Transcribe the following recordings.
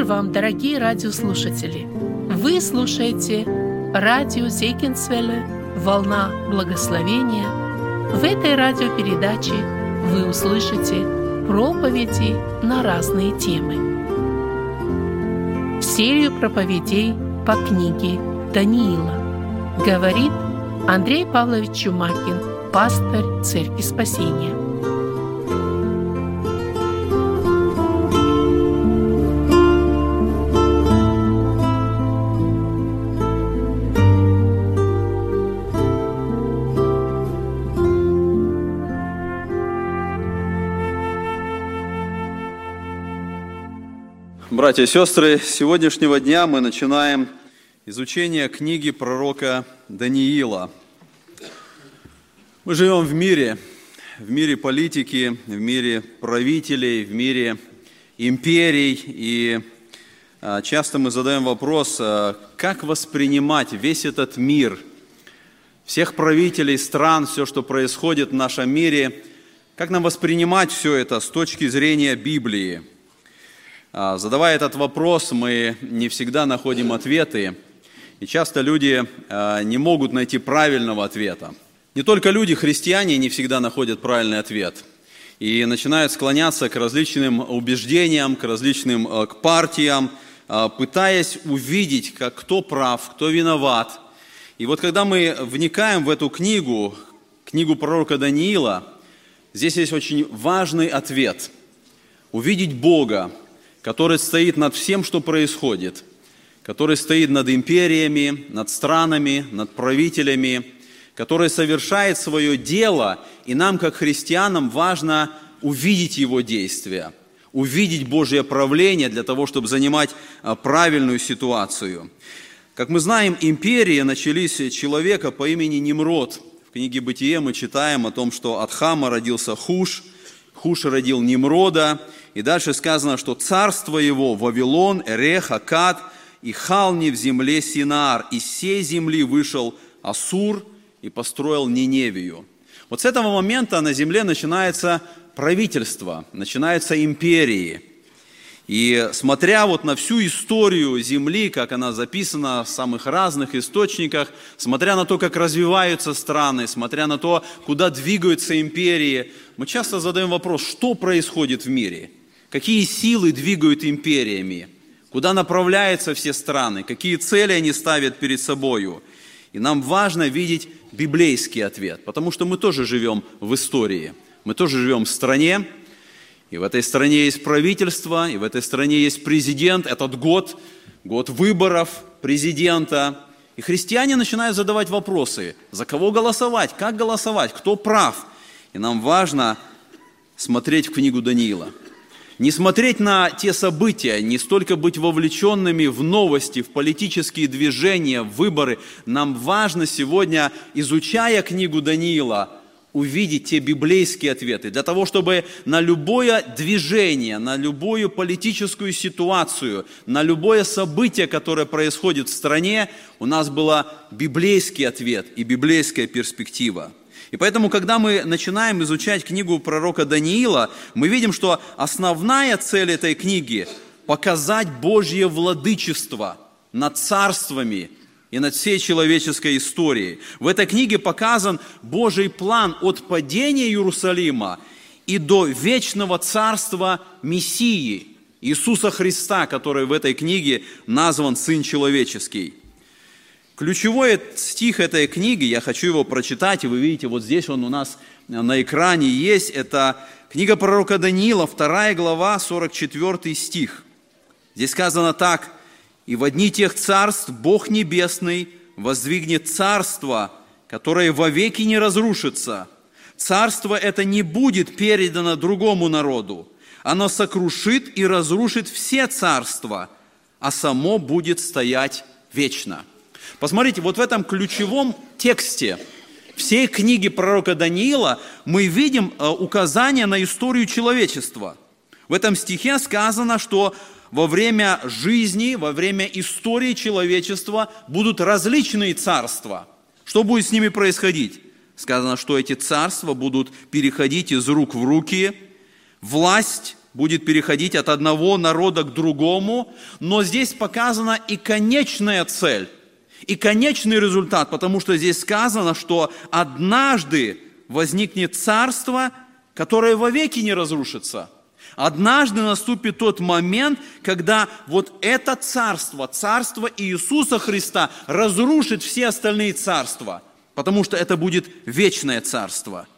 вам, дорогие радиослушатели! Вы слушаете радио Зегенсвелле «Волна благословения». В этой радиопередаче вы услышите проповеди на разные темы. Серию проповедей по книге Даниила говорит Андрей Павлович Чумакин, пастырь Церкви Спасения. Братья и сестры, с сегодняшнего дня мы начинаем изучение книги пророка Даниила. Мы живем в мире политики, в мире правителей, в мире империй, и часто мы задаем вопрос, как воспринимать весь этот мир, всех правителей стран, все, что происходит в нашем мире, как нам воспринимать все это с точки зрения Библии. Задавая этот вопрос, мы не всегда находим ответы, и часто люди не могут найти правильного ответа. Не только люди, христиане, не всегда находят правильный ответ и начинают склоняться к различным убеждениям, к партиям, пытаясь увидеть, кто прав, кто виноват. И вот когда мы вникаем в эту книгу пророка Даниила, здесь есть очень важный ответ – увидеть Бога, который стоит над всем, что происходит, который стоит над империями, над странами, над правителями, который совершает свое дело, и нам, как христианам, важно увидеть Его действия, увидеть Божье правление для того, чтобы занимать правильную ситуацию. Как мы знаем, империи начались с человека по имени Нимрод. В книге «Бытие» мы читаем о том, что от Хама родился Хуш, Хуш родил Нимрода, и дальше сказано, что царство его Вавилон, Эрех, Акад и Хални в земле Синаар. Из сей земли вышел Ассур и построил Ниневию. Вот с этого момента на земле начинается правительство, начинаются империи. И смотря вот на всю историю земли, как она записана в самых разных источниках, смотря на то, как развиваются страны, смотря на то, куда двигаются империи, мы часто задаем вопрос, что происходит в мире, какие силы двигают империями, куда направляются все страны, какие цели они ставят перед собою. И нам важно видеть библейский ответ, потому что мы тоже живем в истории, мы тоже живем в стране, и в этой стране есть правительство, и в этой стране есть президент. Этот год выборов президента. И христиане начинают задавать вопросы, за кого голосовать, как голосовать, кто прав. И нам важно смотреть в книгу Даниила. Не смотреть на те события, не столько быть вовлеченными в новости, в политические движения, в выборы. Нам важно сегодня, изучая книгу Даниила, увидеть те библейские ответы, для того, чтобы на любое движение, на любую политическую ситуацию, на любое событие, которое происходит в стране, у нас был библейский ответ и библейская перспектива. И поэтому, когда мы начинаем изучать книгу пророка Даниила, мы видим, что основная цель этой книги – показать Божье владычество над царствами и над всей человеческой историей. В этой книге показан Божий план от падения Иерусалима и до вечного царства Мессии, Иисуса Христа, который в этой книге назван Сын Человеческий. Ключевой стих этой книги, я хочу его прочитать, и вы видите, вот здесь он у нас на экране есть, это книга пророка Даниила, 2 глава, 44 стих. Здесь сказано так: «И в дни тех царств Бог Небесный воздвигнет царство, которое вовеки не разрушится. Царство это не будет передано другому народу. Оно сокрушит и разрушит все царства, а само будет стоять вечно». Посмотрите, вот в этом ключевом тексте всей книги пророка Даниила мы видим указание на историю человечества. В этом стихе сказано, что во время жизни, во время истории человечества будут различные царства. Что будет с ними происходить? Сказано, что эти царства будут переходить из рук в руки, власть будет переходить от одного народа к другому, но здесь показана и конечная цель, и конечный результат, потому что здесь сказано, что однажды возникнет царство, которое вовеки не разрушится. Однажды наступит тот момент, когда вот это царство, царство Иисуса Христа, разрушит все остальные царства, потому что это будет вечное царство.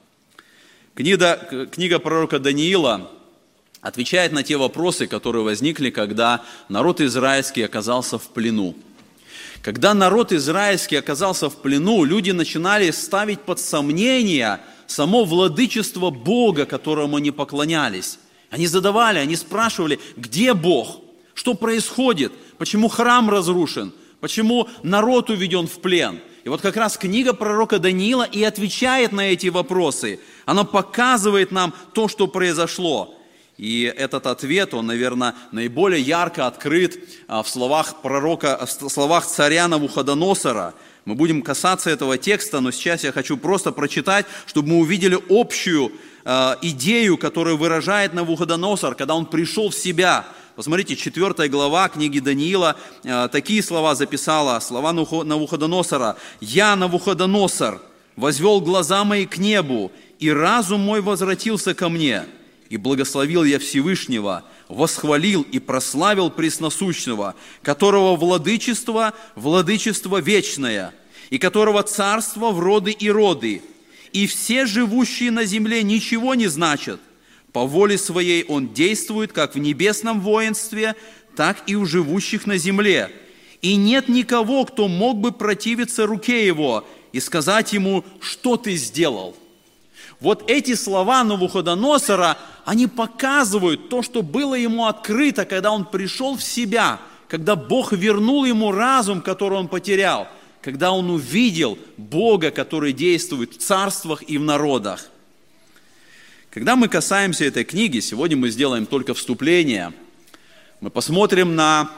Книга пророка Даниила отвечает на те вопросы, которые возникли, когда народ израильский оказался в плену. Когда народ израильский оказался в плену, люди начинали ставить под сомнение само владычество Бога, которому они поклонялись. Они спрашивали, где Бог, что происходит, почему храм разрушен, почему народ уведен в плен. И вот как раз книга пророка Даниила и отвечает на эти вопросы. Она показывает нам то, что произошло. И этот ответ, он, наверное, наиболее ярко открыт в словах царя Навуходоносора. Мы будем касаться этого текста, но сейчас я хочу просто прочитать, чтобы мы увидели общую идею, которую выражает Навуходоносор, когда он пришел в себя. Посмотрите, 4 глава книги Даниила, такие слова записала, слова Навуходоносора. «Я, Навуходоносор, возвел глаза мои к небу, и разум мой возвратился ко мне. И благословил я Всевышнего, восхвалил и прославил Пресносущного, которого владычество вечное, и которого царство в роды и роды. И все живущие на земле ничего не значат. По воле своей он действует как в небесном воинстве, так и у живущих на земле. И нет никого, кто мог бы противиться руке его и сказать ему, что ты сделал». Вот эти слова Навуходоносора, они показывают то, что было ему открыто, когда он пришел в себя, когда Бог вернул ему разум, который он потерял, когда он увидел Бога, который действует в царствах и в народах. Когда мы касаемся этой книги, сегодня мы сделаем только вступление, мы посмотрим на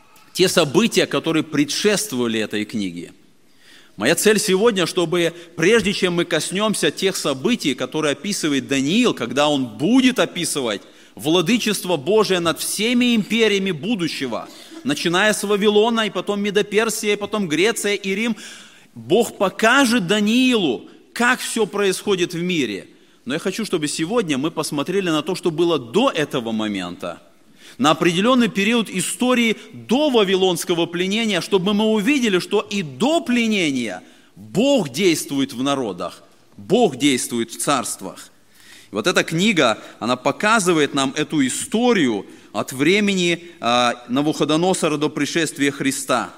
те события, которые предшествовали этой книге. Моя цель сегодня, чтобы прежде чем мы коснемся тех событий, которые описывает Даниил, когда он будет описывать владычество Божие над всеми империями будущего, начиная с Вавилона, и потом Медоперсия, и потом Греция и Рим, Бог покажет Даниилу, как все происходит в мире. Но я хочу, чтобы сегодня мы посмотрели на то, что было до этого момента, на определенный период истории до вавилонского пленения, чтобы мы увидели, что и до пленения Бог действует в народах, Бог действует в царствах. И вот эта книга, она показывает нам эту историю от времени Навуходоносора до пришествия Христа.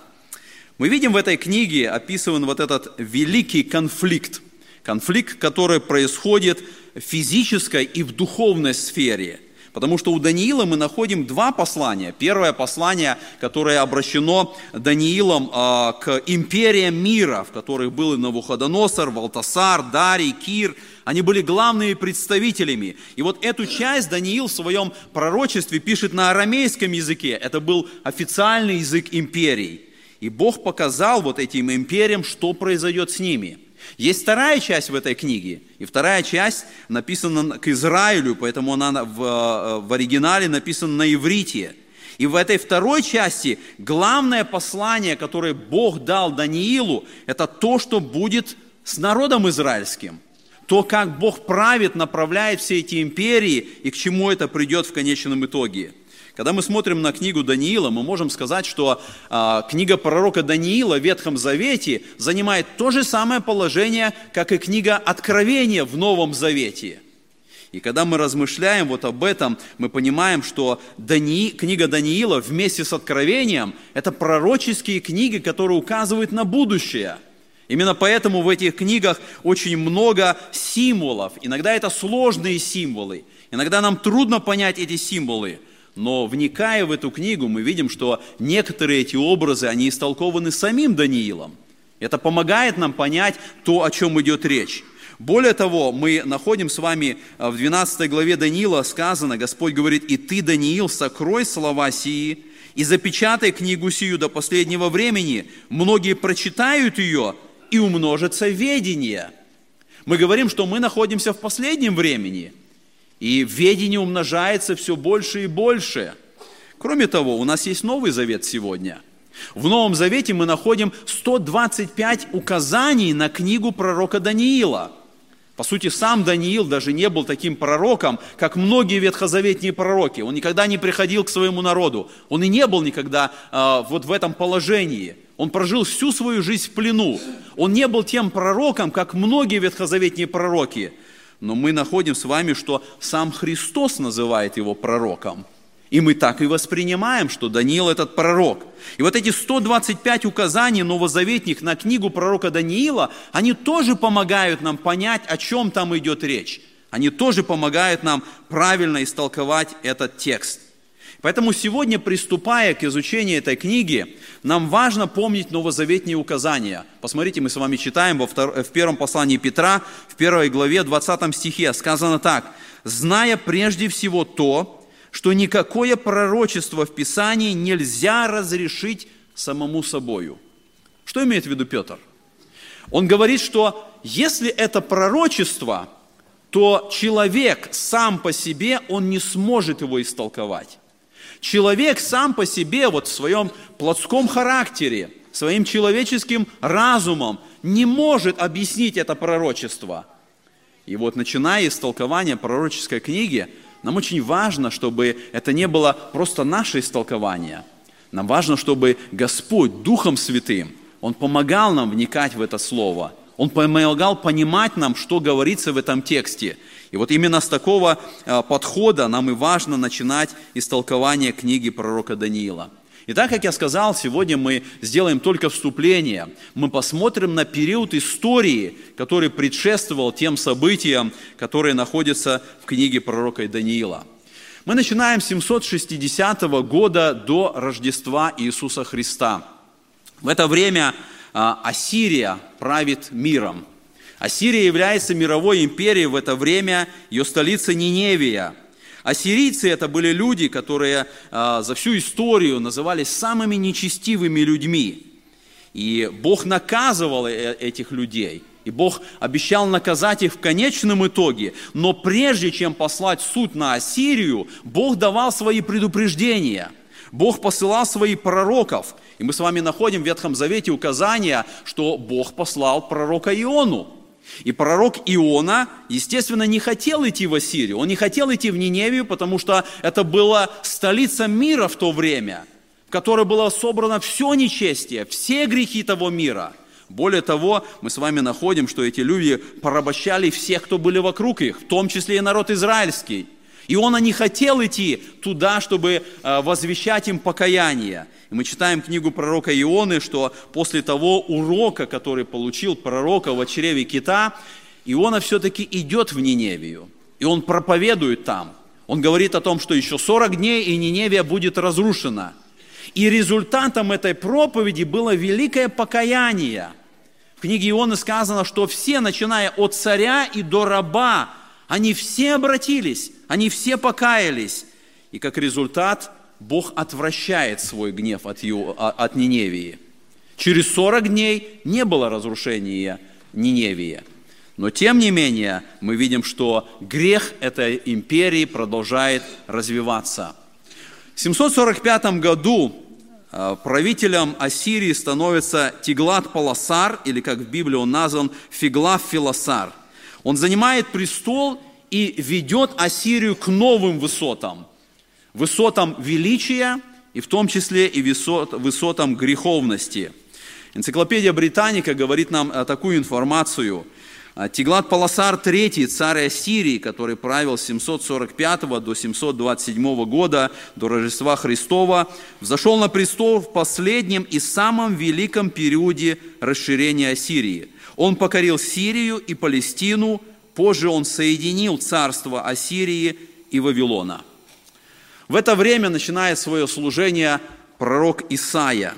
Мы видим в этой книге описан вот этот великий конфликт, который происходит в физической и в духовной сфере. Потому что у Даниила мы находим два послания. Первое послание, которое обращено Даниилом к империям мира, в которых был и Навуходоносор, Валтасар, Дарий, Кир. Они были главными представителями. И вот эту часть Даниил в своем пророчестве пишет на арамейском языке. Это был официальный язык империй. И Бог показал вот этим империям, что произойдет с ними. Есть вторая часть в этой книге, и вторая часть написана к Израилю, поэтому она в оригинале написана на иврите. И в этой второй части главное послание, которое Бог дал Даниилу, это то, что будет с народом израильским. То, как Бог правит, направляет все эти империи, и к чему это придет в конечном итоге. Когда мы смотрим на книгу Даниила, мы можем сказать, что книга пророка Даниила в Ветхом Завете занимает то же самое положение, как и книга Откровения в Новом Завете. И когда мы размышляем вот об этом, мы понимаем, что книга Даниила вместе с Откровением – это пророческие книги, которые указывают на будущее. Именно поэтому в этих книгах очень много символов. Иногда это сложные символы, иногда нам трудно понять эти символы. Но вникая в эту книгу, мы видим, что некоторые эти образы, они истолкованы самим Даниилом. Это помогает нам понять то, о чем идет речь. Более того, мы находим с вами в 12 главе Даниила сказано, Господь говорит, «И ты, Даниил, сокрой слова сии и запечатай книгу сию до последнего времени. Многие прочитают ее, и умножится ведение». Мы говорим, что мы находимся в последнем времени. И ведение умножается все больше и больше. Кроме того, у нас есть Новый Завет сегодня. В Новом Завете мы находим 125 указаний на книгу пророка Даниила. По сути, сам Даниил даже не был таким пророком, как многие ветхозаветные пророки. Он никогда не приходил к своему народу. Он и не был никогда вот в этом положении. Он прожил всю свою жизнь в плену. Он не был тем пророком, как многие ветхозаветные пророки. Но мы находим с вами, что сам Христос называет его пророком. И мы так и воспринимаем, что Даниил этот пророк. И вот эти 125 указаний новозаветных на книгу пророка Даниила, они тоже помогают нам понять, о чем там идет речь. Они тоже помогают нам правильно истолковать этот текст. Поэтому сегодня, приступая к изучению этой книги, нам важно помнить новозаветные указания. Посмотрите, мы с вами читаем в первом послании Петра, в 1 главе, 20 стихе, сказано так: «Зная прежде всего то, что никакое пророчество в Писании нельзя разрешить самому собою». Что имеет в виду Петр? Он говорит, что если это пророчество, то человек сам по себе, он не сможет его истолковать. Человек сам по себе, вот в своем плотском характере, своим человеческим разумом не может объяснить это пророчество. И вот начиная с толкования пророческой книги, нам очень важно, чтобы это не было просто наше истолкование. Нам важно, чтобы Господь Духом Святым, Он помогал нам вникать в это Слово. Он помогал понимать нам, что говорится в этом тексте. И вот именно с такого подхода нам и важно начинать истолкование книги пророка Даниила. Итак, как я сказал, сегодня мы сделаем только вступление. Мы посмотрим на период истории, который предшествовал тем событиям, которые находятся в книге пророка Даниила. Мы начинаем с 760 года до Рождества Иисуса Христа. В это время Ассирия правит миром. Ассирия является мировой империей в это время, ее столица Ниневия. Ассирийцы – это были люди, которые за всю историю назывались самыми нечестивыми людьми. И Бог наказывал этих людей. И Бог обещал наказать их в конечном итоге. Но прежде чем послать суд на Ассирию, Бог давал свои предупреждения. Бог посылал своих пророков. И мы с вами находим в Ветхом Завете указания, что Бог послал пророка Иону. И пророк Иона, естественно, не хотел идти в Ассирию, он не хотел идти в Ниневию, потому что это была столица мира в то время, в которой было собрано все нечестие, все грехи того мира. Более того, мы с вами находим, что эти люди порабощали всех, кто были вокруг их, в том числе и народ израильский. Иона не хотел идти туда, чтобы возвещать им покаяние. И мы читаем книгу пророка Ионы, что после того урока, который получил пророка в чреве кита, Иона все-таки идет в Ниневию. И он проповедует там. Он говорит о том, что еще 40 дней, и Ниневия будет разрушена. И результатом этой проповеди было великое покаяние. В книге Ионы сказано, что все, начиная от царя и до раба, они все обратились, они все покаялись. И как результат Бог отвращает свой гнев от Ниневии. Через 40 дней не было разрушения Ниневии. Но тем не менее мы видим, что грех этой империи продолжает развиваться. В 745 году правителем Ассирии становится Тиглат-Пилесар, или как в Библии он назван Фиглав-Филосар. Он занимает престол и ведет Ассирию к новым высотам. Высотам величия, и в том числе и высотам греховности. Энциклопедия Британика говорит нам такую информацию. Тиглат-Пилесар III, царь Ассирии, который правил с 745 до 727 года, до Рождества Христова, взошел на престол в последнем и самом великом периоде расширения Ассирии. Он покорил Сирию и Палестину, позже он соединил царство Ассирии и Вавилона. В это время начинает свое служение пророк Исаия.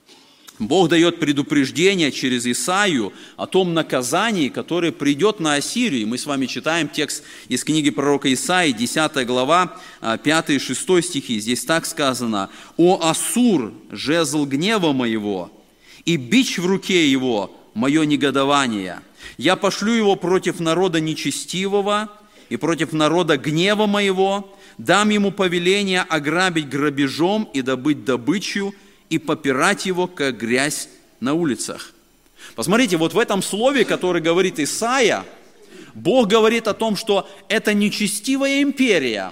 Бог дает предупреждение через Исаию о том наказании, которое придет на Ассирию. И мы с вами читаем текст из книги пророка Исаии, 10 глава, 5 и 6 стихи. Здесь так сказано: «О Ассур, жезл гнева моего, и бич в руке его, мое негодование. Я пошлю его против народа нечестивого и против народа гнева моего, дам ему повеление ограбить грабежом и добыть добычу, и попирать его, как грязь на улицах». Посмотрите, вот в этом слове, который говорит Исаия, Бог говорит о том, что эта нечестивая империя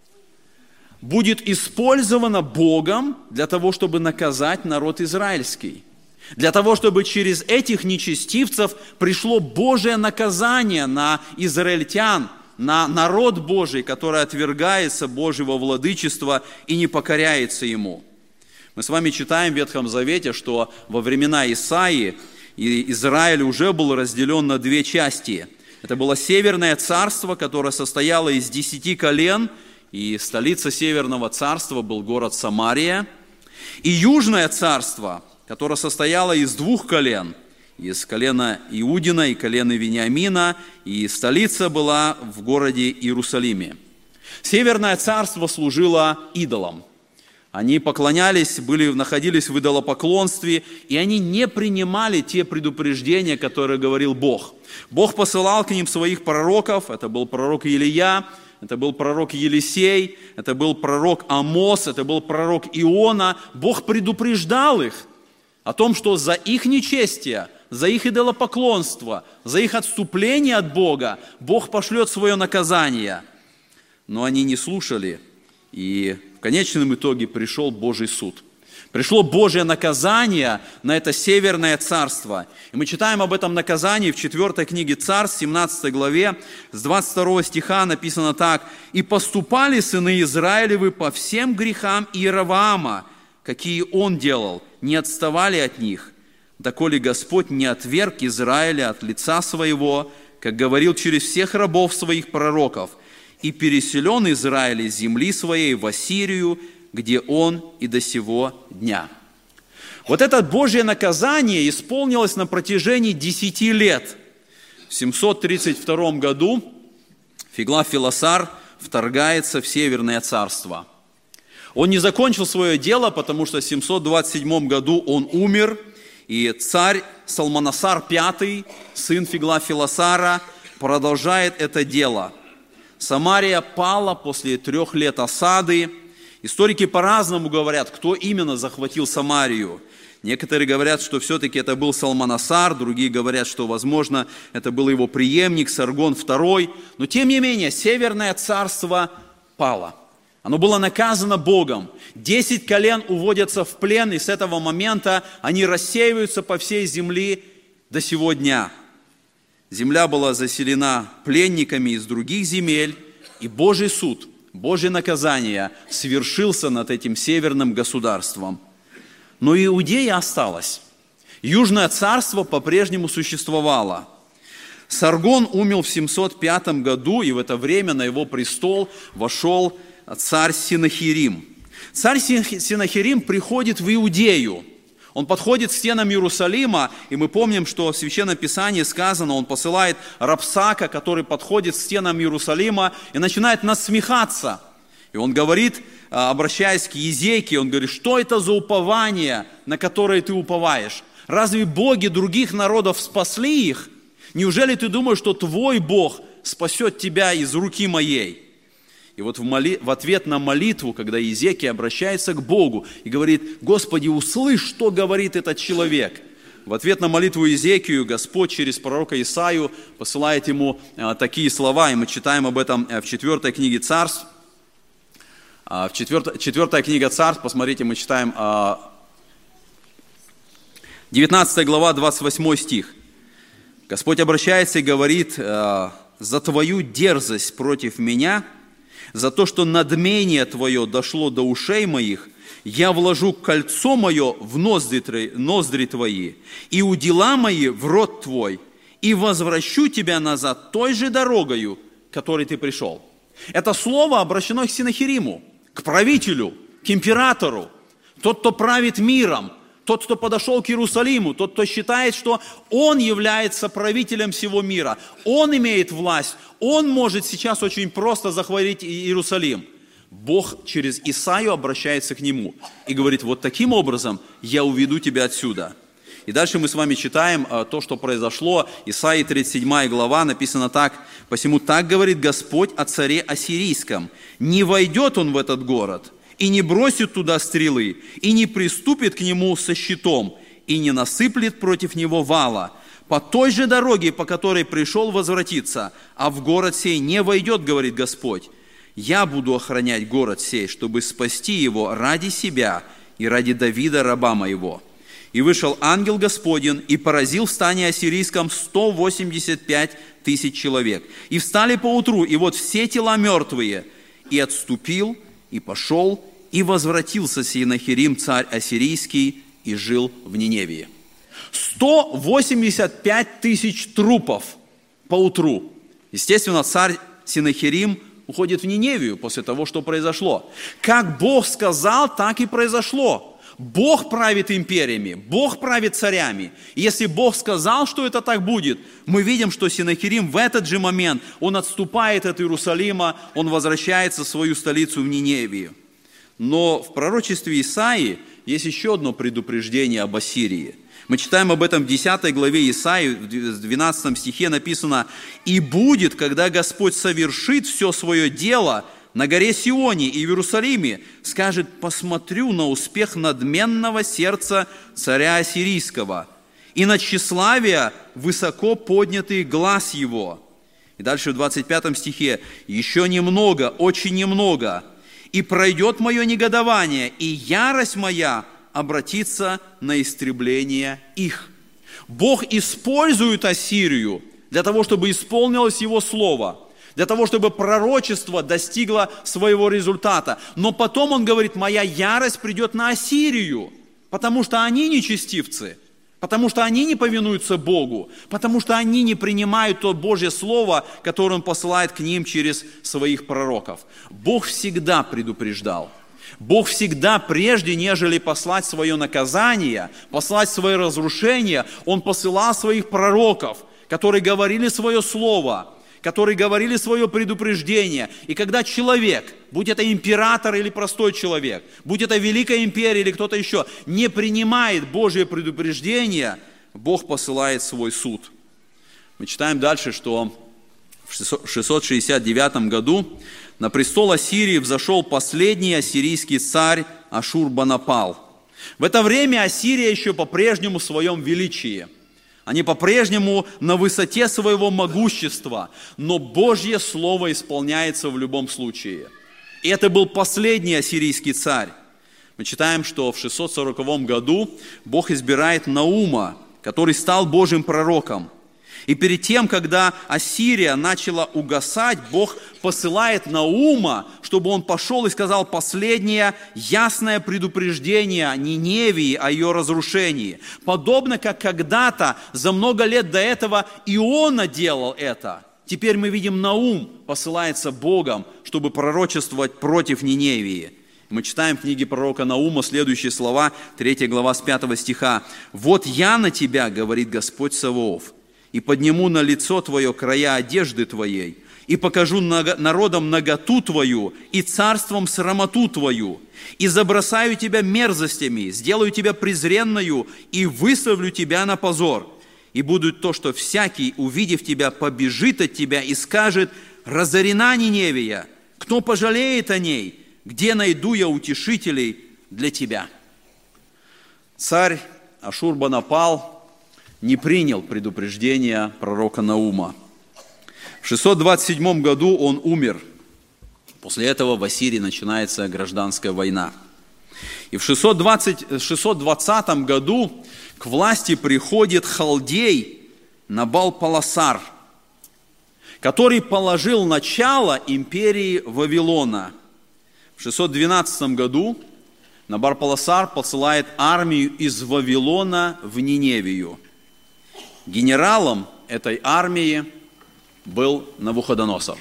будет использована Богом для того, чтобы наказать народ израильский. Для того, чтобы через этих нечестивцев пришло Божие наказание на израильтян, на народ Божий, который отвергается Божьего владычества и не покоряется Ему. Мы с вами читаем в Ветхом Завете, что во времена Исаии Израиль уже был разделен на две части. Это было Северное царство, которое состояло из 10 колен, и столица Северного царства был город Самария. И Южное царство, которое состояло из 2 колен, из колена Иудина и колена Вениамина, и столица была в городе Иерусалиме. Северное царство служило идолам. Они поклонялись, находились в идолопоклонстве, и они не принимали те предупреждения, которые говорил Бог. Бог посылал к ним своих пророков, это был пророк Илия, это был пророк Елисей, это был пророк Амос, это был пророк Иона. Бог предупреждал их о том, что за их нечестие, за их идолопоклонство, за их отступление от Бога Бог пошлет свое наказание. Но они не слушали, и в конечном итоге пришел Божий суд. Пришло Божье наказание на это Северное царство. И мы читаем об этом наказании в 4 книге Царств, 17 главе, с 22 стиха написано так. «И поступали сыны Израилевы по всем грехам Иеровоама, какие он делал, не отставали от них, доколе Господь не отверг Израиля от лица своего, как говорил через всех рабов своих пророков, и переселен Израиль из земли своей в Ассирию, где он и до сего дня». Вот это Божье наказание исполнилось на протяжении 10 лет. В 732 году Фиглав-Филосар вторгается в Северное царство. Он не закончил свое дело, потому что в 727 году он умер, и царь Салманасар V, сын Фиглав-Филосара, продолжает это дело. Самария пала после 3 лет осады. Историки по-разному говорят, кто именно захватил Самарию. Некоторые говорят, что все-таки это был Салманасар, другие говорят, что, возможно, это был его преемник Саргон II. Но, тем не менее, Северное царство пало. Оно было наказано Богом. 10 колен уводятся в плен, и с этого момента они рассеиваются по всей земле до сего дня. Земля была заселена пленниками из других земель, и Божий суд, Божье наказание свершился над этим северным государством. Но Иудея осталась. Южное царство по-прежнему существовало. Саргон умер в 705 году, и в это время на его престол вошел царь Синахирим. Царь Синахирим приходит в Иудею. Он подходит к стенам Иерусалима, и мы помним, что в Священном Писании сказано, он посылает Рабсака, который подходит к стенам Иерусалима и начинает насмехаться. И он говорит, обращаясь к Иезекии, он говорит, что это за упование, на которое ты уповаешь? Разве боги других народов спасли их? Неужели ты думаешь, что твой Бог спасет тебя из руки моей? И вот в ответ на молитву, когда Иезекия обращается к Богу и говорит, Господи, услышь, что говорит этот человек. В ответ на молитву Иезекию Господь через пророка Исаию посылает ему такие слова, и мы читаем об этом в 4 книге Царств. В 4 книга Царств, посмотрите, мы читаем 19 глава, 28 стих. Господь обращается и говорит, «За твою дерзость против меня, за то, что надмение твое дошло до ушей моих, я вложу кольцо мое в ноздри твои, и удила мои в рот твой, и возвращу тебя назад той же дорогою, которой ты пришел». Это слово обращено к Синахириму, к правителю, к императору, тот, кто правит миром, тот, кто подошел к Иерусалиму, тот, кто считает, что он является правителем всего мира, он имеет власть, он может сейчас очень просто захватить Иерусалим. Бог через Исаию обращается к нему и говорит, вот таким образом я уведу тебя отсюда. И дальше мы с вами читаем то, что произошло. Исаии 37 глава, написано так: «Посему так говорит Господь о царе ассирийском: не войдет он в этот город, и не бросит туда стрелы, и не приступит к нему со щитом, и не насыплет против него вала. По той же дороге, по которой пришел, возвратиться, а в город сей не войдет, говорит Господь. Я буду охранять город сей, чтобы спасти его ради себя и ради Давида, раба моего». И вышел ангел Господень и поразил в стане ассирийском 185 тысяч человек. И встали поутру, и вот все тела мертвые. И отступил, и пошел, и возвратился Синахирим, царь ассирийский, и жил в Ниневии. 185 тысяч трупов поутру. Естественно, царь Синахирим уходит в Ниневию после того, что произошло. Как Бог сказал, так и произошло. Бог правит империями, Бог правит царями. И если Бог сказал, что это так будет, мы видим, что Синахирим в этот же момент, он отступает от Иерусалима, он возвращается в свою столицу в Ниневию. Но в пророчестве Исаии есть еще одно предупреждение об Ассирии. Мы читаем об этом в 10 главе Исаии, в 12 стихе написано: «И будет, когда Господь совершит все свое дело на горе Сионе и в Иерусалиме, скажет: посмотрю на успех надменного сердца царя ассирийского и на тщеславие высоко поднятый глаз его». И дальше в 25 стихе: «Еще немного, очень немного, и пройдет мое негодование, и ярость моя обратиться на истребление их». Бог использует Ассирию для того, чтобы исполнилось Его Слово, для того, чтобы пророчество достигло своего результата. Но потом Он говорит: моя ярость придет на Ассирию, потому что они нечестивцы, потому что они не повинуются Богу, потому что они не принимают то Божье Слово, которое Он посылает к ним через своих пророков. Бог всегда предупреждал. Бог всегда, прежде нежели послать свое наказание, послать свое разрушение, Он посылал своих пророков, которые говорили свое слово, которые говорили свое предупреждение. И когда человек, будь это император или простой человек, будь это Великая империя или кто-то еще, не принимает Божье предупреждение, Бог посылает свой суд. Мы читаем дальше, что в 669 году на престол Ассирии взошел последний ассирийский царь Ашурбанапал. В это время Ассирия еще по-прежнему в своем величии. Они по-прежнему на высоте своего могущества, но Божье Слово исполняется в любом случае. И это был последний ассирийский царь. Мы читаем, что в 640 году Бог избирает Наума, который стал Божьим пророком. И перед тем, когда Ассирия начала угасать, Бог посылает Наума, чтобы он пошел и сказал последнее ясное предупреждение о Ниневии, о ее разрушении. Подобно как когда-то, за много лет до этого, Иона делал это. Теперь мы видим, Наум посылается Богом, чтобы пророчествовать против Ниневии. Мы читаем в книге пророка Наума следующие слова, 3 глава с 5 стиха. «Вот я на тебя, говорит Господь Саваоф, и подниму на лицо твое края одежды твоей, и покажу народам наготу твою, и царством срамоту твою, и забросаю тебя мерзостями, сделаю тебя презренною, и выставлю тебя на позор. И будет то, что всякий, увидев тебя, побежит от тебя и скажет: разорена Ниневия, кто пожалеет о ней, где найду я утешителей для тебя». Царь Ашурбанапал не принял предупреждения пророка Наума. В 627 году он умер. После этого в Ассирии начинается гражданская война. И в 620 году к власти приходит халдей Набал-Паласар, который положил начало империи Вавилона. В 612 году Набал-Паласар посылает армию из Вавилона в Ниневию. Генералом этой армии был Навуходоносор.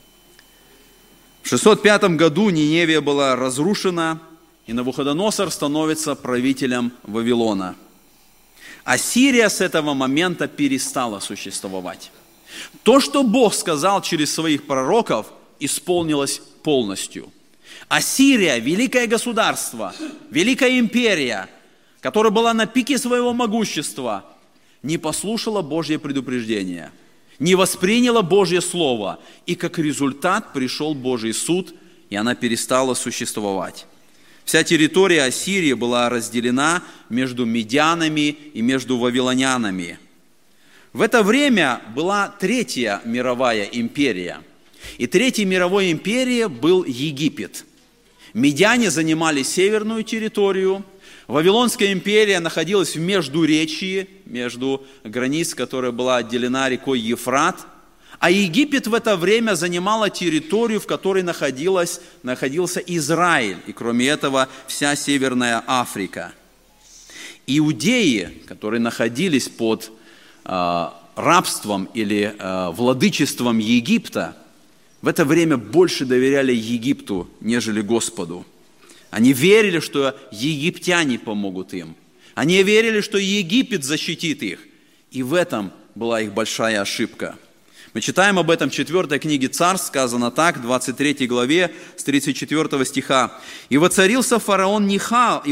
В 605 году Ниневия была разрушена, и Навуходоносор становится правителем Вавилона. Ассирия с этого момента перестала существовать. То, что Бог сказал через своих пророков, исполнилось полностью. Ассирия, великое государство, великая империя, которая была на пике своего могущества, не послушала Божье предупреждение, не восприняла Божье Слово, и как результат пришел Божий суд, и она перестала существовать. Вся территория Ассирии была разделена между медянами и между вавилонянами. В это время была Третья мировая империя. И Третьей мировой империей был Египет. Медяне занимали северную территорию. Вавилонская империя находилась в междуречии, между границ, которая была отделена рекой Ефрат. А Египет в это время занимала территорию, в которой находился Израиль. И кроме этого, вся Северная Африка. Иудеи, которые находились под рабством или владычеством Египта, в это время больше доверяли Египту, нежели Господу. Они верили, что египтяне помогут им. Они верили, что Египет защитит их. И в этом была их большая ошибка. Мы читаем об этом в 4 книге Царств, сказано так, в 23 главе, с 34 стиха. «И воцарил фараон Нихао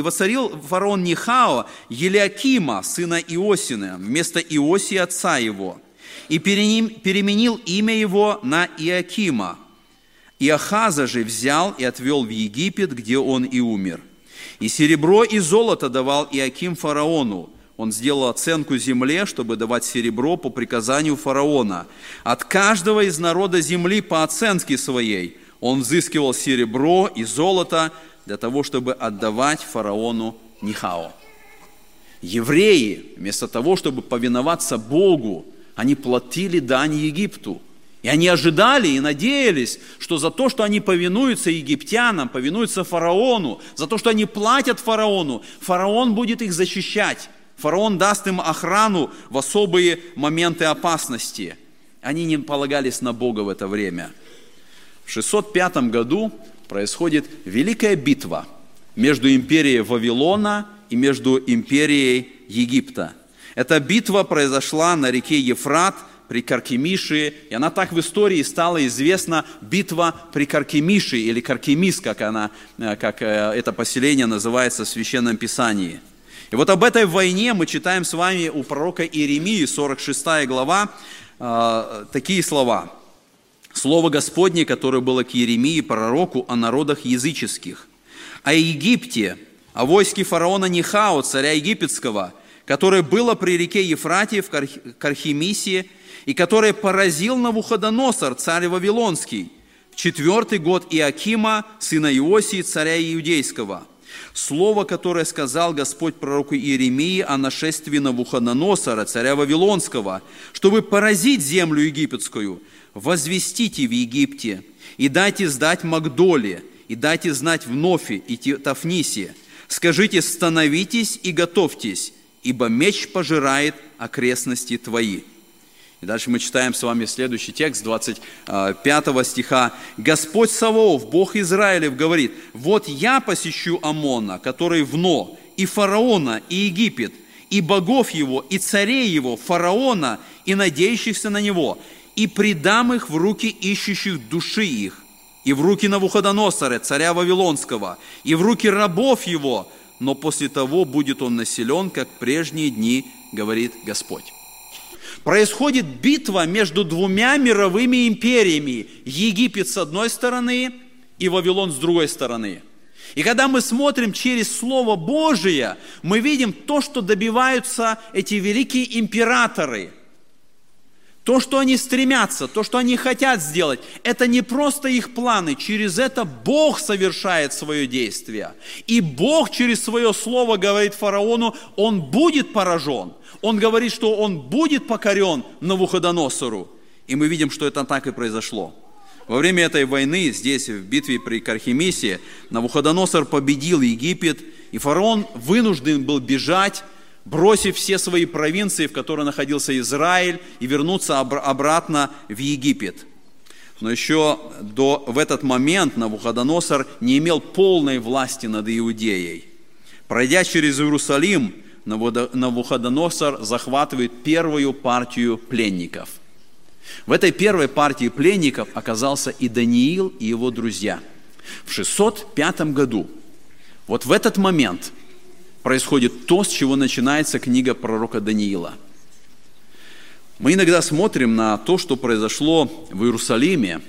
Елиакима, сына Иосина, вместо Иосии отца его, и переменил имя его на Иакима. Иохаза же взял и отвел в Египет, где он и умер. И серебро и золото давал Иаким фараону. Он сделал оценку земле, чтобы давать серебро по приказанию фараона. От каждого из народа земли по оценке своей он взыскивал серебро и золото для того, чтобы отдавать фараону Нихао». Евреи, вместо того, чтобы повиноваться Богу, они платили дань Египту. И они ожидали и надеялись, что за то, что они повинуются египтянам, повинуются фараону, за то, что они платят фараону, фараон будет их защищать. Фараон даст им охрану в особые моменты опасности. Они не полагались на Бога в это время. В 605 году происходит великая битва между империей Вавилона и между империей Египта. Эта битва произошла на реке Ефрат при Каркемише, и она так в истории стала известна, битва при Каркемише, или Каркемис, как это поселение называется в Священном Писании. И вот об этой войне мы читаем с вами у пророка Иеремии, 46 глава, такие слова. «Слово Господне, которое было к Иеремии, пророку, о народах языческих, о Египте, о войске фараона Нихао, царя египетского, которое было при реке Ефрате в Кархемисе, и которое поразил Навуходоносор, царь Вавилонский, в 4-й год Иакима, сына Иосии, царя Иудейского. Слово, которое сказал Господь пророку Иеремии о нашествии Навуходоносора, царя Вавилонского, чтобы поразить землю египетскую, возвестите в Египте, и дайте сдать Магдоле, и дайте знать в Нофе и Тафнисе. Скажите, становитесь и готовьтесь, ибо меч пожирает окрестности твои». И дальше мы читаем с вами следующий текст, 25 стиха. «Господь Саваоф, Бог Израилев, говорит: вот я посещу Аммона, который в Но, и фараона, и Египет, и богов его, и царей его, фараона, и надеющихся на него, и предам их в руки ищущих души их, и в руки Навуходоносора, царя Вавилонского, и в руки рабов его, но после того будет он населен, как прежние дни, говорит Господь». Происходит битва между двумя мировыми империями. Египет с одной стороны и Вавилон с другой стороны. И когда мы смотрим через Слово Божие, мы видим то, что добиваются эти великие императоры. То, что они стремятся, то, что они хотят сделать, это не просто их планы. Через это Бог совершает свое действие. И Бог через свое Слово говорит фараону, он будет поражен. Он говорит, что он будет покорен Навуходоносору. И мы видим, что это так и произошло. Во время этой войны, здесь, в битве при Кархемисе, Навуходоносор победил Египет, и фараон вынужден был бежать, бросив все свои провинции, в которых находился Израиль, и вернуться обратно в Египет. Но еще в этот момент Навуходоносор не имел полной власти над Иудеей. Пройдя через Иерусалим, Навуходоносор захватывает первую партию пленников. В этой первой партии пленников оказался и Даниил, и его друзья. В 605 году, вот в этот момент, происходит то, с чего начинается книга пророка Даниила. Мы иногда смотрим на то, что произошло в Иерусалиме,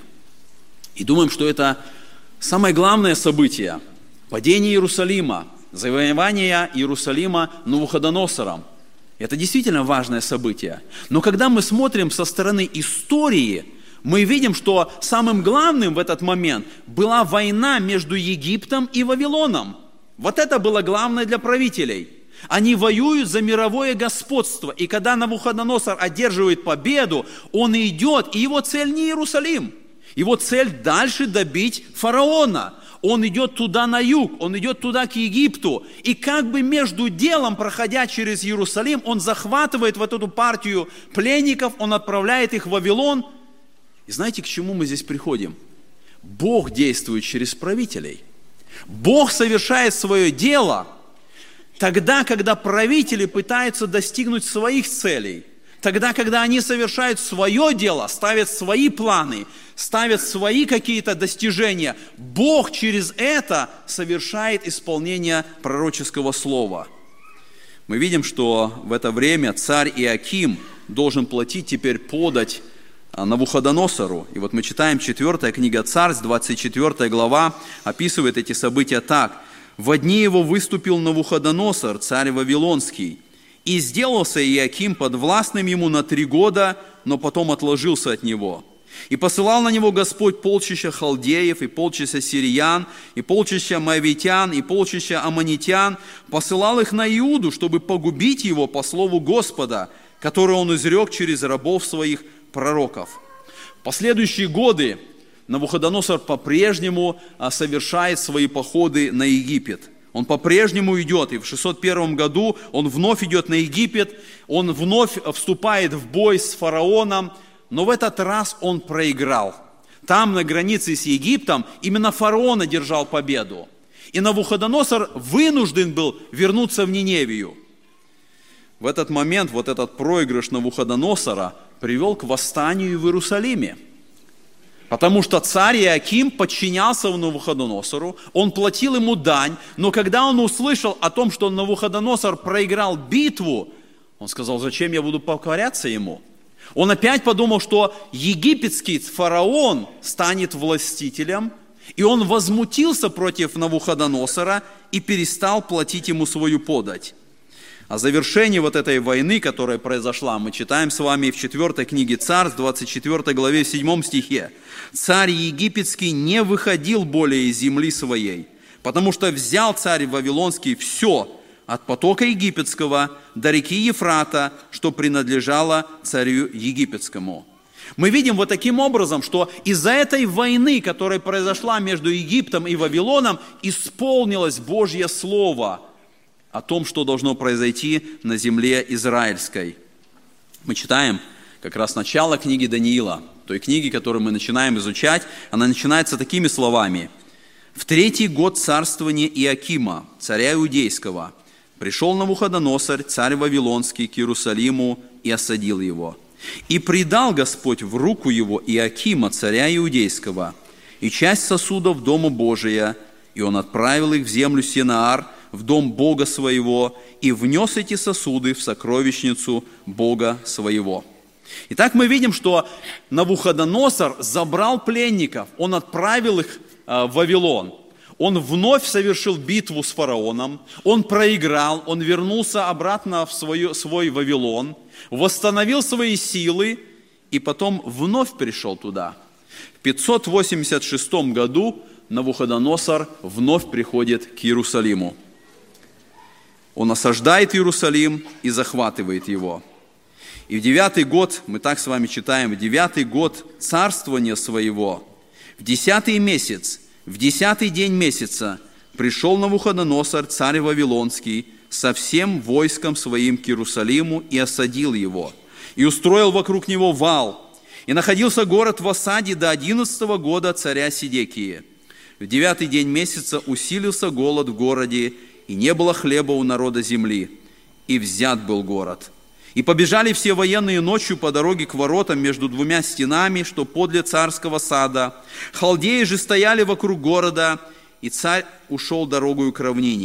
и думаем, что это самое главное событие – падение Иерусалима, завоевание Иерусалима Навуходоносором. Это действительно важное событие. Но когда мы смотрим со стороны истории, мы видим, что самым главным в этот момент была война между Египтом и Вавилоном. Вот это было главное для правителей. Они воюют за мировое господство. И когда Навуходоносор одерживает победу, он идет, и его цель не Иерусалим. Его цель дальше добить фараона. Он идет туда на юг, он идет туда к Египту. И как бы между делом, проходя через Иерусалим, он захватывает вот эту партию пленников, он отправляет их в Вавилон. И знаете, к чему мы здесь приходим? Бог действует через правителей. Бог совершает свое дело тогда, когда правители пытаются достигнуть своих целей. Тогда, когда они совершают свое дело, ставят свои планы, ставят свои какие-то достижения, Бог через это совершает исполнение пророческого слова. Мы видим, что в это время царь Иоаким должен платить теперь подать Навуходоносору. И вот мы читаем 4 книга Царств, 24 глава, описывает эти события так. «Во дни его выступил Навуходоносор, царь Вавилонский, и сделался Иоаким подвластным ему на 3 года, но потом отложился от него. И посылал на него Господь полчища халдеев, и полчища сириян, и полчища моавитян, и полчища аммонитян, посылал их на Иуду, чтобы погубить его по слову Господа, который он изрек через рабов своих пророков». В последующие годы Навуходоносор по-прежнему совершает свои походы на Египет. Он по-прежнему идет, и в 601 году он вновь идет на Египет, он вновь вступает в бой с фараоном, но в этот раз он проиграл. Там, на границе с Египтом, именно фараон одержал победу. И Навуходоносор вынужден был вернуться в Ниневию. В этот момент вот этот проигрыш Навуходоносора привел к восстанию в Иерусалиме. Потому что царь Иоаким подчинялся Навуходоносору, он платил ему дань, но когда он услышал о том, что Навуходоносор проиграл битву, он сказал: зачем я буду покоряться ему? Он опять подумал, что египетский фараон станет властителем, и он возмутился против Навуходоносора и перестал платить ему свою подать. О завершении вот этой войны, которая произошла, мы читаем с вами в 4 книге Царств, 24 главе, 7 стихе. «Царь египетский не выходил более из земли своей, потому что взял царь Вавилонский все, от потока египетского до реки Ефрата, что принадлежало царю египетскому». Мы видим вот таким образом, что из-за этой войны, которая произошла между Египтом и Вавилоном, исполнилось Божье Слово о том, что должно произойти на земле израильской. Мы читаем как раз начало книги Даниила, той книги, которую мы начинаем изучать. Она начинается такими словами. «В 3-й год царствования Иоакима, царя Иудейского, пришел Навуходоносор, царь Вавилонский, к Иерусалиму и осадил его. И предал Господь в руку его Иоакима, царя Иудейского, и часть сосудов Дома Божия, и он отправил их в землю Синаар, в дом Бога своего, и внес эти сосуды в сокровищницу Бога своего». Итак, мы видим, что Навуходоносор забрал пленников, он отправил их в Вавилон. Он вновь совершил битву с фараоном, он проиграл, он вернулся обратно в свой Вавилон, восстановил свои силы и потом вновь пришел туда. В 586 году Навуходоносор вновь приходит к Иерусалиму. Он осаждает Иерусалим и захватывает его. И в 9-й год, мы так с вами читаем, в 9-й год царствования своего, в 10-й месяц, в 10-й день месяца пришел Навуходоносор, царь Вавилонский, со всем войском своим к Иерусалиму и осадил его, и устроил вокруг него вал. И находился город в осаде до 11-го года царя Сидекии. В 9-й день месяца усилился голод в городе, и не было хлеба у народа земли, и взят был город. И побежали все военные ночью по дороге к воротам между 2 стенами, что подле царского сада. Халдеи же стояли вокруг города, и царь ушел дорогою к равнине.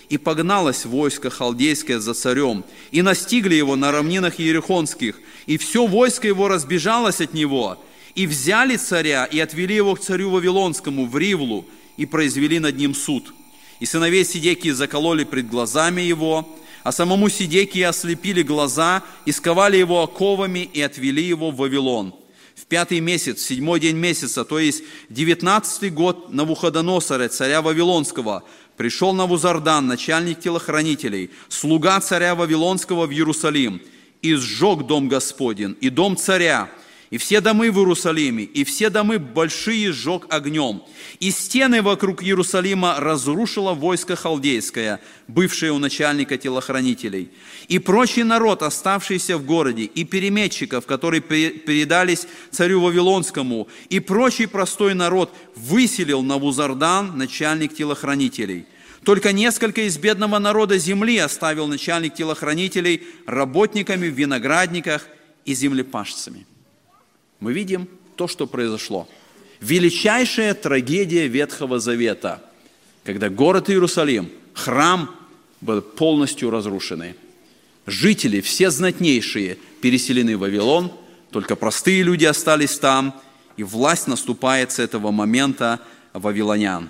и погналось войско халдейское за царем, и настигли его на равнинах иерихонских, и все войско его разбежалось от него, и взяли царя, и отвели его к царю Вавилонскому в Ривлу, и произвели над ним суд. И сыновей Сидекии закололи пред глазами его, а самому Сидекии ослепили глаза, и сковали его оковами, и отвели его в Вавилон. В 5-й месяц, в 7-й день месяца, то есть 19-й год Навуходоносора, царя Вавилонского, пришел Навузардан, начальник телохранителей, слуга царя Вавилонского в Иерусалим, и сжег дом Господень, и дом царя, и все домы в Иерусалиме, и все домы большие сжег огнем. И стены вокруг Иерусалима разрушило войско халдейское, бывшее у начальника телохранителей. И прочий народ, оставшийся в городе, и переметчиков, которые передались царю Вавилонскому, и прочий простой народ выселил Навузардан, начальник телохранителей. Только несколько из бедного народа земли оставил начальник телохранителей работниками в виноградниках и землепашцами. Мы видим то, что произошло. Величайшая трагедия Ветхого Завета, когда город Иерусалим, храм был полностью разрушены. Жители, все знатнейшие, переселены в Вавилон, только простые люди остались там, и власть наступает с этого момента вавилонян.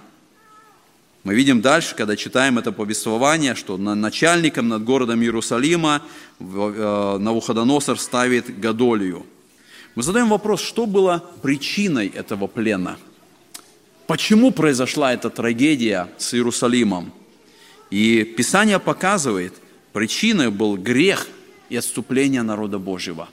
Мы видим дальше, когда читаем это повествование, что начальником над городом Иерусалима Навуходоносор ставит Годолию. Мы задаем вопрос, что было причиной этого плена? Почему произошла эта трагедия с Иерусалимом? И Писание показывает, причиной был грех и отступление народа Божьего.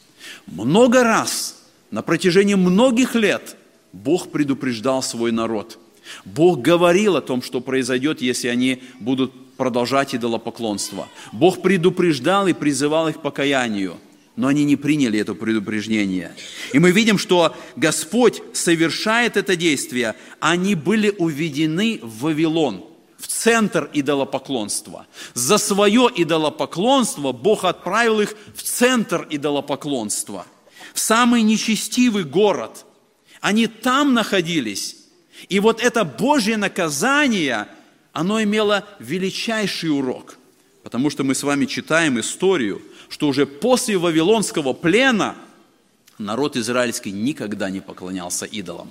Много раз, на протяжении многих лет, Бог предупреждал свой народ. Бог говорил о том, что произойдет, если они будут продолжать идолопоклонство. Бог предупреждал и призывал их к покаянию. Но они не приняли это предупреждение. И мы видим, что Господь совершает это действие. Они были уведены в Вавилон, в центр идолопоклонства. За свое идолопоклонство Бог отправил их в центр идолопоклонства, в самый нечестивый город. Они там находились. И вот это Божье наказание, оно имело величайший урок. Потому что мы с вами читаем историю, что уже после Вавилонского плена народ израильский никогда не поклонялся идолам.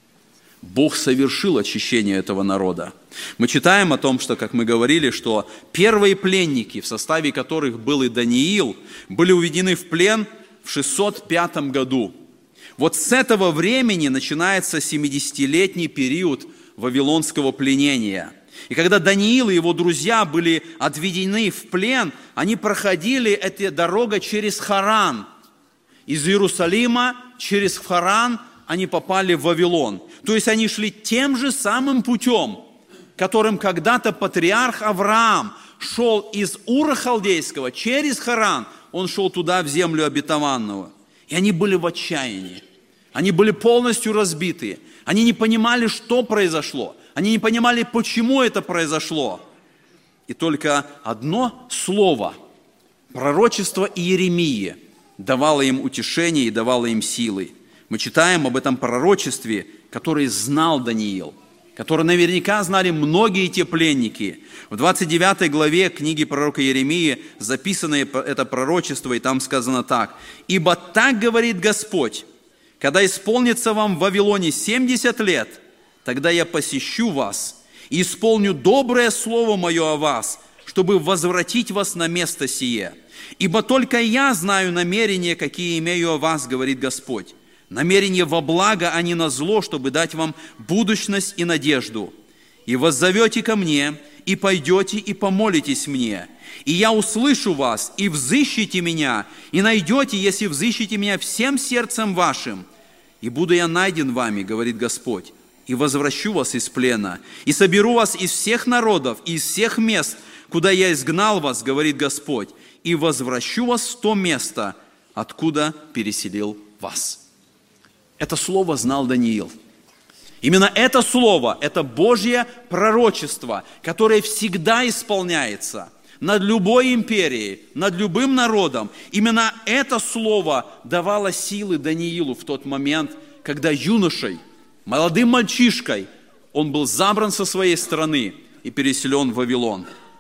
Бог совершил очищение этого народа. Мы читаем о том, что, как мы говорили, что первые пленники, в составе которых был и Даниил, были уведены в плен в 605 году. Вот с этого времени начинается 70-летний период вавилонского пленения. И когда Даниил и его друзья были отведены в плен, они проходили эту дорогу через Харан. Из Иерусалима через Харан они попали в Вавилон. То есть они шли тем же самым путем, которым когда-то патриарх Авраам шел из Ура Халдейского через Харан. Он шел туда, в землю обетованную. И они были в отчаянии. Они были полностью разбиты. Они не понимали, что произошло. Они не понимали, почему это произошло. И только одно слово, пророчество Иеремии, давало им утешение и давало им силы. Мы читаем об этом пророчестве, которое знал Даниил, которое наверняка знали многие те пленники. В 29 главе книги пророка Иеремии записано это пророчество, и там сказано так. «Ибо так говорит Господь, когда исполнится вам в Вавилоне 70 лет, тогда я посещу вас и исполню доброе слово мое о вас, чтобы возвратить вас на место сие. Ибо только я знаю намерения, какие имею о вас, говорит Господь. Намерения во благо, а не на зло, чтобы дать вам будущность и надежду. И воззовете ко мне, и пойдете, и помолитесь мне. И я услышу вас, и взыщите меня, и найдете, если взыщите меня всем сердцем вашим. И буду я найден вами, говорит Господь, и возвращу вас из плена, и соберу вас из всех народов, и из всех мест, куда я изгнал вас, говорит Господь, и возвращу вас в то место, откуда переселил вас». Это слово знал Даниил. Именно это слово, это Божье пророчество, которое всегда исполняется над любой империей, над любым народом. Именно это слово давало силы Даниилу в тот момент, когда юношей, молодым мальчишкой, он был забран со своей страны и переселен в Вавилон.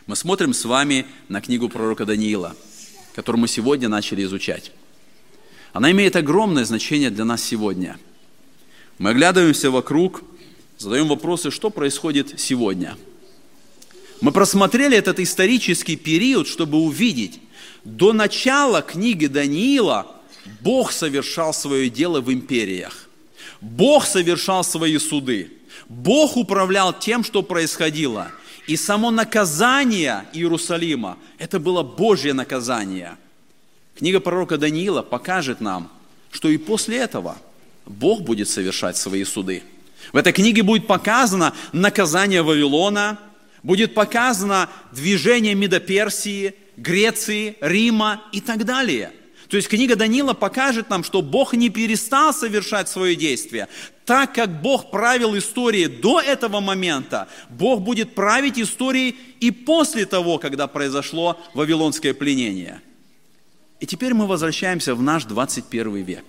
Мы смотрим с вами на книгу пророка Даниила, которую мы сегодня начали изучать. Она имеет огромное значение для нас сегодня. Мы оглядываемся вокруг, задаем вопросы, что происходит сегодня. Мы просмотрели этот исторический период, чтобы увидеть, до начала книги Даниила Бог совершал свое дело в империях. Бог совершал свои суды. Бог управлял тем, что происходило. И само наказание Иерусалима, это было Божье наказание. Книга пророка Даниила покажет нам, что и после этого Бог будет совершать свои суды. В этой книге будет показано наказание Вавилона, будет показано движение Медоперсии, Греции, Рима и так далее. То есть книга Даниила покажет нам, что Бог не перестал совершать свое действие. Так как Бог правил историей до этого момента, Бог будет править историей и после того, когда произошло вавилонское пленение. И теперь мы возвращаемся в наш 21 век.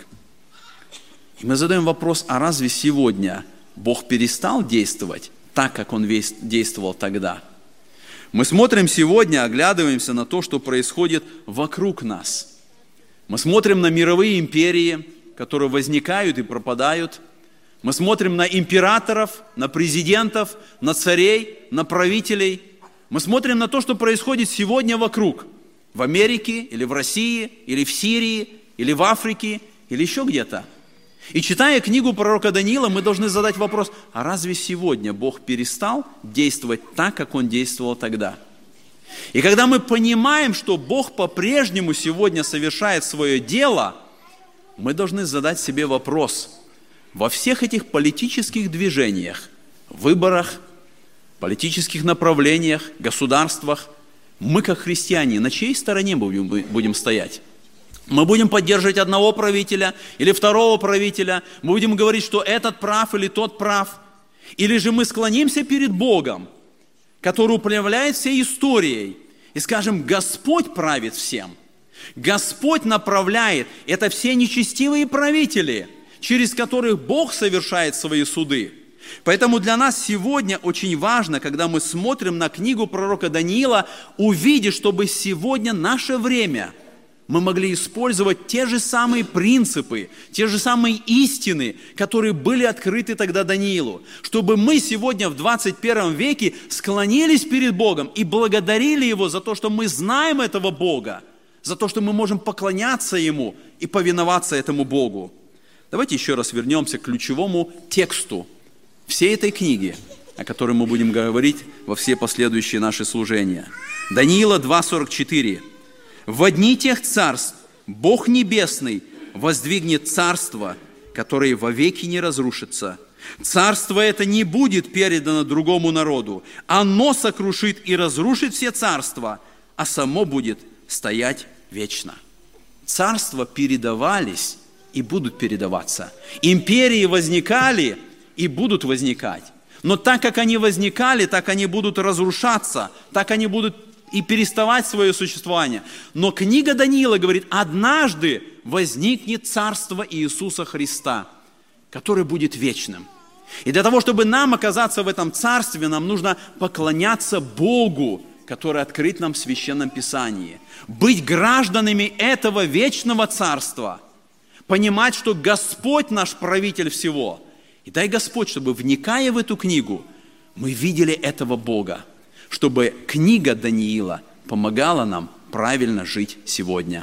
И мы задаем вопрос, а разве сегодня Бог перестал действовать так, как Он действовал тогда? Мы смотрим сегодня, оглядываемся на то, что происходит вокруг нас. Мы смотрим на мировые империи, которые возникают и пропадают. Мы смотрим на императоров, на президентов, на царей, на правителей. Мы смотрим на то, что происходит сегодня вокруг. В Америке, или в России, или в Сирии, или в Африке, или еще где-то. И читая книгу пророка Даниила, мы должны задать вопрос, а разве сегодня Бог перестал действовать так, как Он действовал тогда? И когда мы понимаем, что Бог по-прежнему сегодня совершает свое дело, мы должны задать себе вопрос. Во всех этих политических движениях, выборах, политических направлениях, государствах, мы, как христиане, на чьей стороне будем стоять? Мы будем поддерживать одного правителя или второго правителя, мы будем говорить, что этот прав или тот прав, или же мы склонимся перед Богом, который управляет всей историей, и скажем, Господь правит всем, Господь направляет, это все нечестивые правители, через которых Бог совершает свои суды. Поэтому для нас сегодня очень важно, когда мы смотрим на книгу пророка Даниила, увидеть, чтобы сегодня наше время мы могли использовать те же самые принципы, те же самые истины, которые были открыты тогда Даниилу. Чтобы мы сегодня в 21 веке склонились перед Богом и благодарили Его за то, что мы знаем этого Бога, за то, что мы можем поклоняться Ему и повиноваться этому Богу. Давайте еще раз вернемся к ключевому тексту всей этой книги, о которой мы будем говорить во все последующие наши служения. Даниила 2:44. «В дни тех царств Бог Небесный воздвигнет царство, которое вовеки не разрушится. Царство это не будет передано другому народу. Оно сокрушит и разрушит все царства, а само будет стоять вечно». Царства передавались и будут передаваться. Империи возникали и будут возникать. Но так как они возникали, так они будут разрушаться, так они будут и переставать свое существование. Но книга Даниила говорит, однажды возникнет царство Иисуса Христа, которое будет вечным. И для того, чтобы нам оказаться в этом царстве, нам нужно поклоняться Богу, который открыт нам в Священном Писании. Быть гражданами этого вечного царства. Понимать, что Господь наш правитель всего. И дай Господь, чтобы, вникая в эту книгу, мы видели этого Бога. Чтобы книга Даниила помогала нам правильно жить сегодня.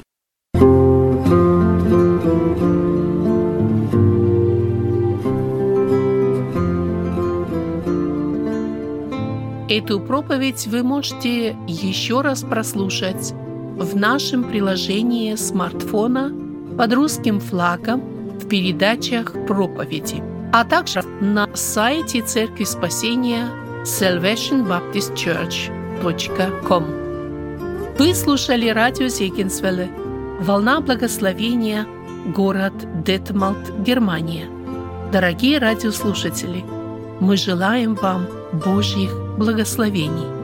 Эту проповедь вы можете еще раз прослушать в нашем приложении смартфона под русским флагом в передачах проповеди, а также на сайте Церкви Спасения salvationbaptistchurch.com. Вы слушали радио Зегенсвелле, «Волна благословения», город Детмалт, Германия. Дорогие радиослушатели, мы желаем вам Божьих благословений.